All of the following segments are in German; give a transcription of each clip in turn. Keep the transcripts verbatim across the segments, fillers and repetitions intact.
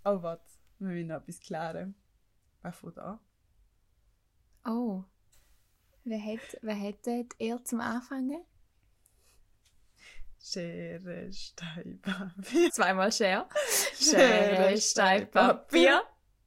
Oh, warte, wir müssen noch etwas klären. Wer fängt an? Oh, wer hätte wer hätte eher zum Anfangen? Schere, Stein, Papier. Zweimal Schere. Schere, Stein, Papier.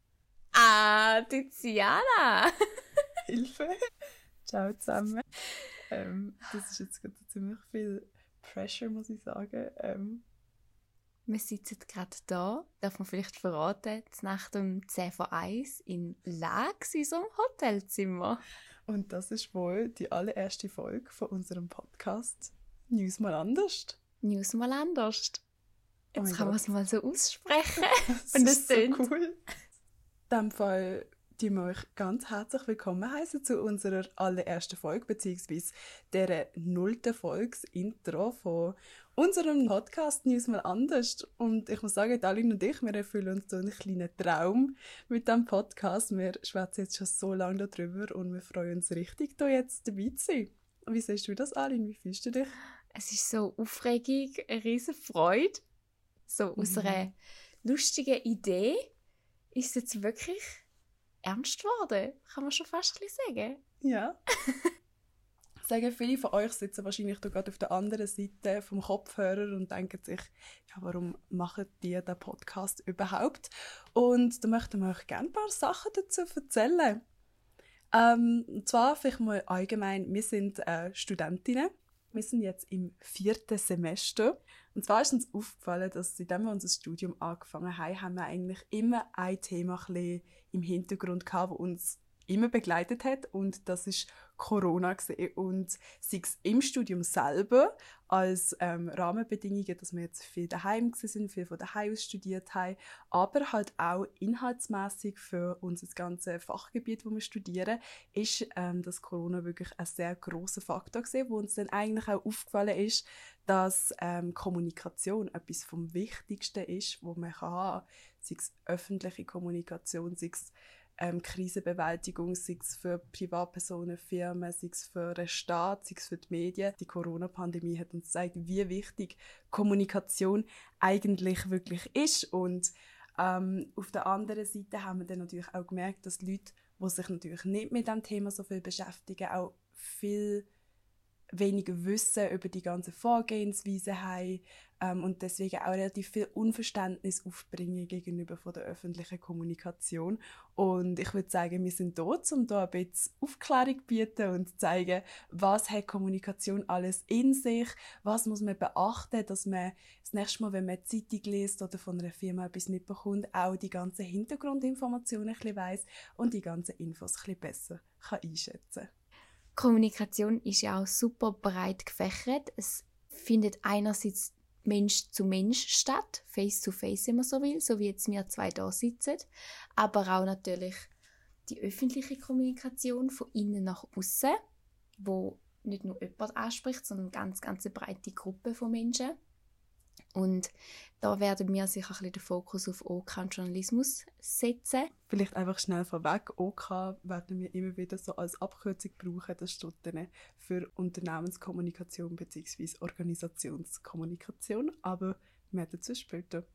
Ah, Tiziana. Hilfe. Ciao zusammen. Ähm, das ist jetzt gerade ziemlich viel Pressure, muss ich sagen. Ähm, Wir sitzen gerade da, darf man vielleicht verraten, die Nacht um zehn vor eins in Lax in so einem Hotelzimmer. und das ist wohl die allererste Folge von unserem Podcast «News mal anders». News mal anders. Oh Jetzt mein kann man Gott. es mal so aussprechen. Das Und ist es so tönt. cool. In diesem Fall die wir euch ganz herzlich willkommen heißen zu unserer allerersten Folge, beziehungsweise der nullten Folge, das Intro von unserem Podcast «News mal anders». Und ich muss sagen, Aline und ich, wir erfüllen uns so einen kleinen Traum mit diesem Podcast. Wir schwätzen jetzt schon so lange darüber und wir freuen uns richtig, hier jetzt dabei zu sein. Wie siehst du das, Aline? Wie fühlst du dich? Es ist so Aufregung, eine riesen Freude. So mhm. aus einer lustigen Idee ist es jetzt wirklich ernst geworden. Kann man schon fast ein bisschen sagen. Ja. Sagen, viele von euch sitzen wahrscheinlich gerade auf der anderen Seite vom Kopfhörer und denken sich, ja, warum machen die den Podcast überhaupt? Und da möchten wir euch gerne ein paar Sachen dazu erzählen. Ähm, und zwar vielleicht mal allgemein, wir sind äh, Studentinnen. Wir sind jetzt im vierten Semester. Und zwar ist uns aufgefallen, dass seitdem wir unser Studium angefangen haben, haben wir eigentlich immer ein Thema ein bisschen im Hintergrund gehabt, das uns immer begleitet hat. Und das ist Corona gewesen. Und sei es im Studium selber als ähm, Rahmenbedingungen, dass wir jetzt viel daheim sind, viel von daheim aus studiert haben, aber halt auch inhaltsmäßig für unser ganzes Fachgebiet, wo wir studieren, ist ähm, das Corona wirklich ein sehr grosser Faktor gewesen, wo uns dann eigentlich auch aufgefallen ist, dass ähm, Kommunikation etwas vom Wichtigsten ist, was man kann haben. Sei es öffentliche Kommunikation, sei es Ähm, Krisenbewältigung, sei es für Privatpersonen, Firmen, sei es für den Staat, sei es für die Medien. Die Corona-Pandemie hat uns gezeigt, wie wichtig Kommunikation eigentlich wirklich ist. Und ähm, auf der anderen Seite haben wir dann natürlich auch gemerkt, dass Leute, die sich natürlich nicht mit dem Thema so viel beschäftigen, auch viel weniger Wissen über die ganze Vorgehensweise haben ähm, und deswegen auch relativ viel Unverständnis aufbringen gegenüber von der öffentlichen Kommunikation. Und ich würde sagen, wir sind dort, um da ein bisschen Aufklärung zu bieten und zu zeigen, was hat Kommunikation alles in sich, was muss man beachten, dass man das nächste Mal, wenn man eine Zeitung liest oder von einer Firma etwas mitbekommt, auch die ganzen Hintergrundinformationen ein bisschen weiss und die ganzen Infos ein bisschen besser kann einschätzen kann. Kommunikation ist ja auch super breit gefächert. Es findet einerseits Mensch zu Mensch statt, face to face, wenn man so will, so wie jetzt wir zwei da sitzen, aber auch natürlich die öffentliche Kommunikation von innen nach außen, wo nicht nur jemand anspricht, sondern eine ganz, ganz breite Gruppe von Menschen. Und da werden wir sicher ein bisschen den Fokus auf O K und Journalismus setzen. Vielleicht einfach schnell vorweg, O K werden wir immer wieder so als Abkürzung brauchen. Das steht dann für Unternehmenskommunikation bzw. Organisationskommunikation. Aber mehr dazu später.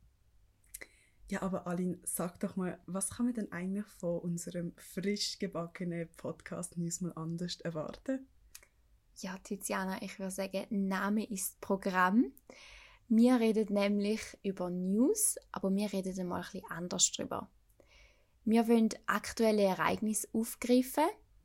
Ja, aber Aline, sag doch mal, was kann man denn eigentlich von unserem frisch gebackenen Podcast «News mal anders» erwarten? Ja, Tiziana, ich würde sagen, Name ist Programm. Wir reden nämlich über News, aber wir reden einmal ein bisschen anders drüber. Wir wollen aktuelle Ereignisse aufgreifen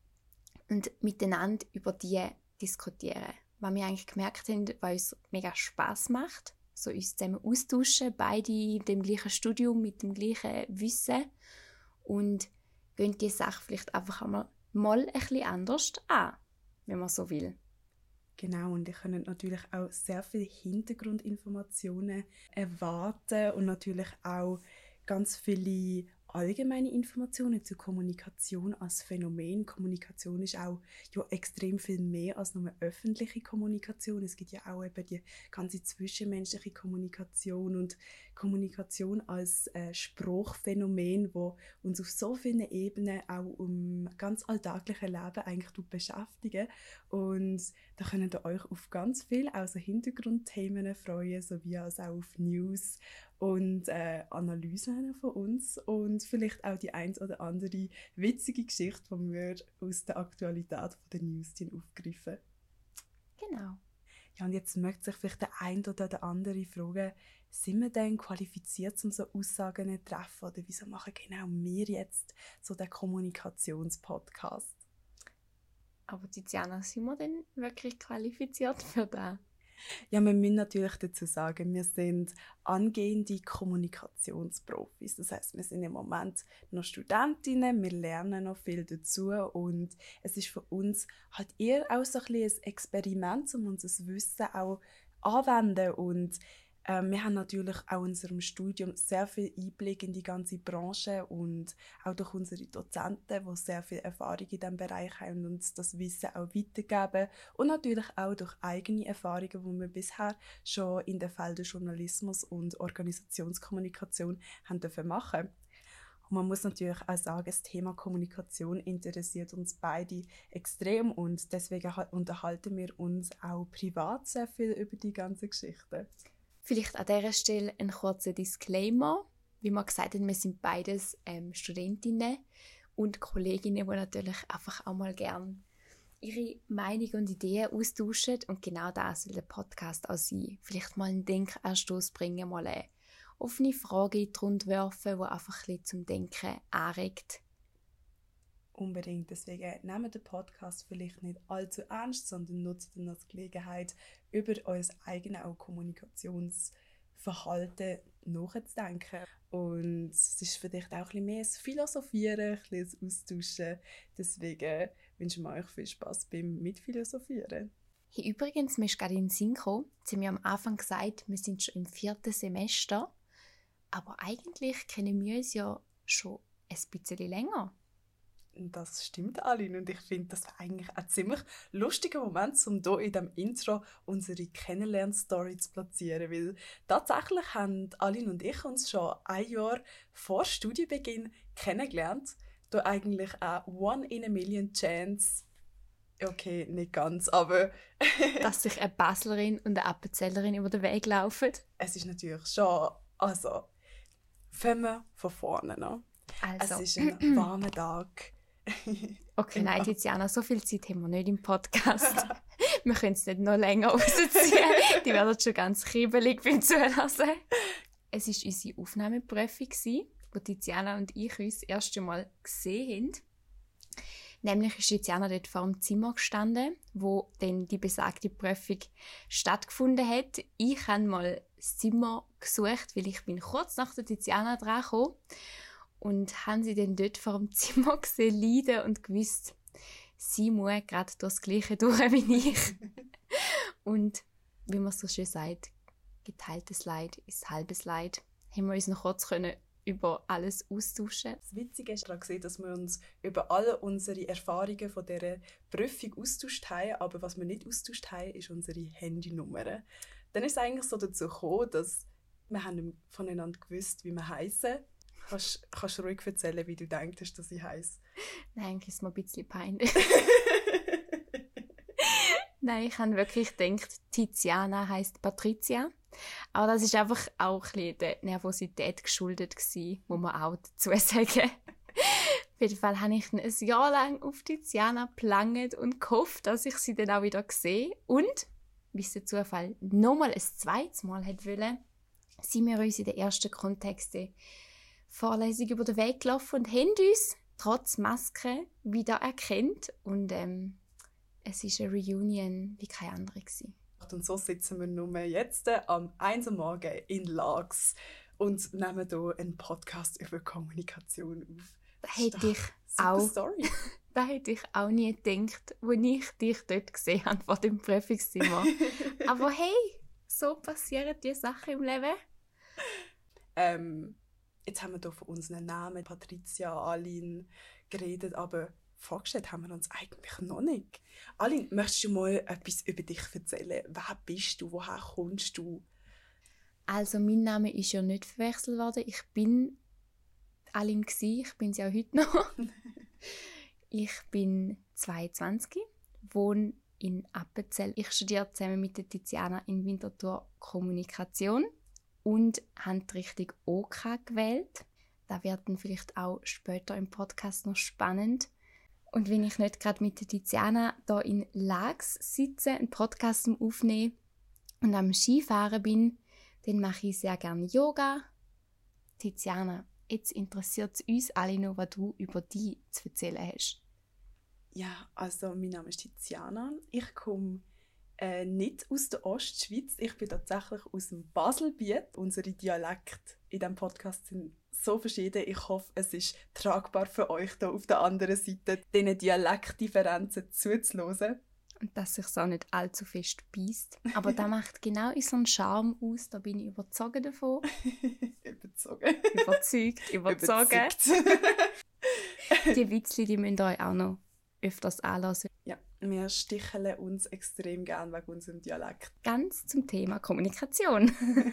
und miteinander über die diskutieren. Was wir eigentlich gemerkt haben, was uns mega Spass macht, so uns zusammen austauschen, beide in dem gleichen Studium, mit dem gleichen Wissen und gehen die Sache vielleicht einfach einmal mal ein bisschen anders an, wenn man so will. Genau, und ihr könnt natürlich auch sehr viele Hintergrundinformationen erwarten und natürlich auch ganz viele allgemeine Informationen zur Kommunikation als Phänomen. Kommunikation ist auch ja, extrem viel mehr als nur öffentliche Kommunikation. Es gibt ja auch eben die ganze zwischenmenschliche Kommunikation und Kommunikation als äh, Sprachphänomen, wo uns auf so vielen Ebenen auch um ganz alltägliche Leben eigentlich beschäftigen. Und da könnt ihr euch auf ganz viel, auch so Hintergrundthemen freuen, sowie als auch auf News, und äh, Analysen von uns und vielleicht auch die ein oder andere witzige Geschichte, die wir aus der Aktualität der News aufgreifen. Genau. Ja, und jetzt möchte sich vielleicht der ein oder der andere fragen, sind wir denn qualifiziert, um so Aussagen zu treffen? Oder wieso machen genau wir jetzt so den Kommunikationspodcast? Aber Tiziana, sind wir denn wirklich qualifiziert für das? Ja, wir müssen natürlich dazu sagen, wir sind angehende Kommunikationsprofis. Das heisst, wir sind im Moment noch Studentinnen, wir lernen noch viel dazu und es ist für uns halt eher auch so ein bisschen ein Experiment, um unser Wissen auch anzuwenden. Und äh, wir haben natürlich auch in unserem Studium sehr viel Einblick in die ganze Branche und auch durch unsere Dozenten, die sehr viel Erfahrung in diesem Bereich haben und uns das Wissen auch weitergeben. Und natürlich auch durch eigene Erfahrungen, die wir bisher schon in den Feldern Journalismus und Organisationskommunikation haben dürfen machen. Und man muss natürlich auch sagen, das Thema Kommunikation interessiert uns beide extrem und deswegen unterhalten wir uns auch privat sehr viel über die ganze Geschichte. Vielleicht an dieser Stelle ein kurzer Disclaimer. Wie wir gesagt haben, wir sind beides ähm, Studentinnen und Kolleginnen, die natürlich einfach auch mal gerne ihre Meinung und Ideen austauschen. Und genau das soll der Podcast auch sein. Vielleicht mal einen Denkanstoß bringen, mal eine offene Frage in die Runde werfen, die einfach ein bisschen zum Denken anregt. Unbedingt. Deswegen nehmen den Podcast vielleicht nicht allzu ernst, sondern nutzen ihn als Gelegenheit, über unser eigenes auch Kommunikationsverhalten nachzudenken. Und es ist vielleicht auch ein bisschen mehr ein Philosophieren, ein bisschen ein Austauschen. Deswegen wünschen wir euch viel Spass beim Mitphilosophieren. Hey, übrigens, mir ist gerade in den Sinn gekommen, jetzt haben wir am Anfang gesagt, wir sind schon im vierten Semester, aber eigentlich kennen wir uns ja schon ein bisschen länger. Das stimmt, Aline. Und ich finde, das war eigentlich ein ziemlich lustiger Moment, um hier in diesem Intro unsere Kennenlern-Story zu platzieren. Weil tatsächlich haben Aline und ich uns schon ein Jahr vor Studienbeginn kennengelernt. Da eigentlich eine One in a Million Chance. Okay, nicht ganz, aber... dass sich eine Baslerin und eine Appenzellerin über den Weg laufen. Es ist natürlich schon... Also, fangen wir von vorne an. Also. Es ist ein warmer Tag. Okay, nein, Tiziana, so viel Zeit haben wir nicht im Podcast. Wir können es nicht noch länger rausziehen. Die werden schon ganz kribbelig beim Zuhören. Es war unsere Aufnahmeprüfung, wo Tiziana und ich uns das erste Mal gesehen haben. Nämlich ist Tiziana dort vor dem Zimmer gestanden, wo dann die besagte Prüfung stattgefunden hat. Ich habe mal das Zimmer gesucht, weil ich bin kurz nach der Tiziana dran kam. Und haben sie dann dort vor dem Zimmer gesehen, leiden und gewusst, sie muss gerade das Gleiche durch wie ich. Und wie man so schön sagt, geteiltes Leid ist halbes Leid. Haben wir uns noch kurz können über alles austauschen. Das Witzige ist daran gesehen, dass wir uns über alle unsere Erfahrungen von dieser Prüfung austauscht haben, aber was wir nicht austauscht haben, ist unsere Handynummer. Dann ist es eigentlich so dazu gekommen, dass wir haben voneinander gewusst, wie wir heissen. Kannst, kannst du ruhig erzählen, wie du denkst, dass ich heiße? Nein, ist mir ein bisschen peinlich. Nein, ich habe wirklich gedacht, Tiziana heisst Patricia. Aber das war einfach auch ein bisschen der Nervosität geschuldet gewesen, muss man auch dazu sagen. Auf jeden Fall habe ich ein Jahr lang auf Tiziana gelangt und gehofft, dass ich sie dann auch wieder sehe. Und, wie es der Zufall nochmal ein zweites Mal hat wollen, sind wir uns in den ersten Kontexten Vorlesung über den Weg gelaufen und haben uns trotz Maske wieder erkannt. Und ähm, es war eine Reunion wie keine andere gewesen. Und so sitzen wir nun jetzt äh, am eins Uhr morgens in Lags und nehmen hier einen Podcast über Kommunikation auf. Das hätte ich auch, Story. das hätte ich auch nie gedacht, als ich dich dort gesehen habe vor dem Prüfungszimmer. Aber hey, so passieren die Sachen im Leben. Ähm, jetzt haben wir hier von unseren Namen, Patricia, Aline, geredet, aber vorgestellt haben wir uns eigentlich noch nicht. Aline, möchtest du mal etwas über dich erzählen? Wer bist du? Woher kommst du? Also, mein Name ist ja nicht verwechselt worden. Ich bin Aline gsi, ich bin sie auch heute noch. Ich bin zweiundzwanzig, wohne in Appenzell. Ich studiere zusammen mit der Tiziana in Winterthur Kommunikation. und haben die Richtung OK gewählt. Das wird dann vielleicht auch später im Podcast noch spannend. Und wenn ich nicht gerade mit der Tiziana hier in Lax sitze, einen Podcast aufnehme und am Skifahren bin, dann mache ich sehr gerne Yoga. Tiziana, jetzt interessiert es uns alle noch, was du über dich zu erzählen hast. Ja, also mein Name ist Tiziana. Ich komme äh, nicht aus der Ostschweiz. Ich bin tatsächlich aus dem Baselbiet. Unsere Dialekte in diesem Podcast sind so verschieden. Ich hoffe, es ist tragbar für euch hier auf der anderen Seite, diesen Dialektdifferenzen zuzuhören. Und dass sich auch nicht allzu fest beißt. Aber das macht genau unseren Charme aus. Da bin ich überzeugt davon. Überzogen. Überzeugt, überzogen. Die Witzli, die müsst ihr euch auch noch öfters anhören. Ja, wir sticheln uns extrem gern wegen unserem Dialekt. Ganz zum Thema Kommunikation.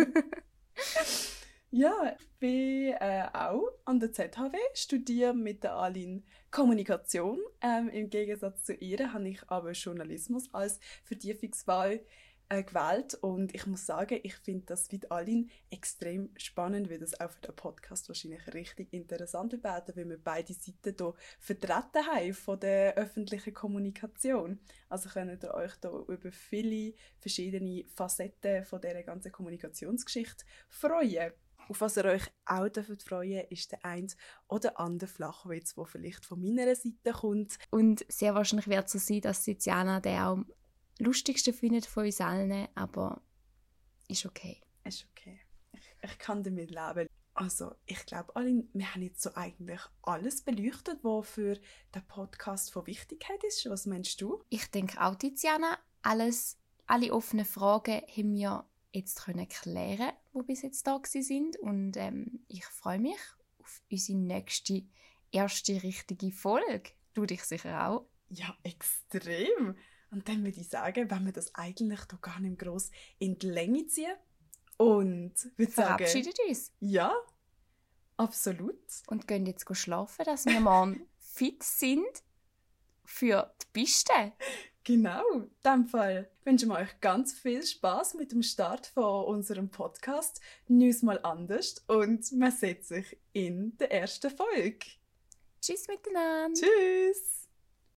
Ja, ich bin äh, auch an der Z H W, studiere mit der Aline Kommunikation. Ähm, Im Gegensatz zu ihr habe ich aber Journalismus als Vertiefungswahl äh, gewählt. Und ich muss sagen, ich finde das mit Aline extrem spannend, weil das auch für den Podcast wahrscheinlich richtig interessant wird, weil wir beide Seiten hier vertreten haben von der öffentlichen Kommunikation. Also könnt ihr euch hier über viele verschiedene Facetten von dieser ganzen Kommunikationsgeschichte freuen. Auf was ihr euch auch dürft freuen, ist der ein oder andere Flachwitz, der vielleicht von meiner Seite kommt. Und sehr wahrscheinlich wird es so sein, dass Tiziana den auch am lustigsten findet von uns allen, aber ist okay. Ist okay. Ich, ich kann damit leben. Also, ich glaube, Aline, wir haben jetzt so eigentlich alles beleuchtet, was für den Podcast von Wichtigkeit ist. Was meinst du? Ich denke auch, Tiziana, alles, alle offenen Fragen haben wir jetzt können klären, die bis jetzt da sind. Und ähm, ich freue mich auf unsere nächste, erste richtige Folge. Du dich sicher auch? Ja, extrem. Und dann würde ich sagen, wenn wir das eigentlich doch gar nicht gross in die Länge ziehen und würde sagen... Verabschiedet uns. Ja, absolut. Und gehen jetzt schlafen, dass wir morgen fit sind für die Piste. Genau, in diesem Fall wünschen wir euch ganz viel Spass mit dem Start von unserem Podcast «News mal anders» und man sieht sich in der ersten Folge. Tschüss miteinander. Tschüss.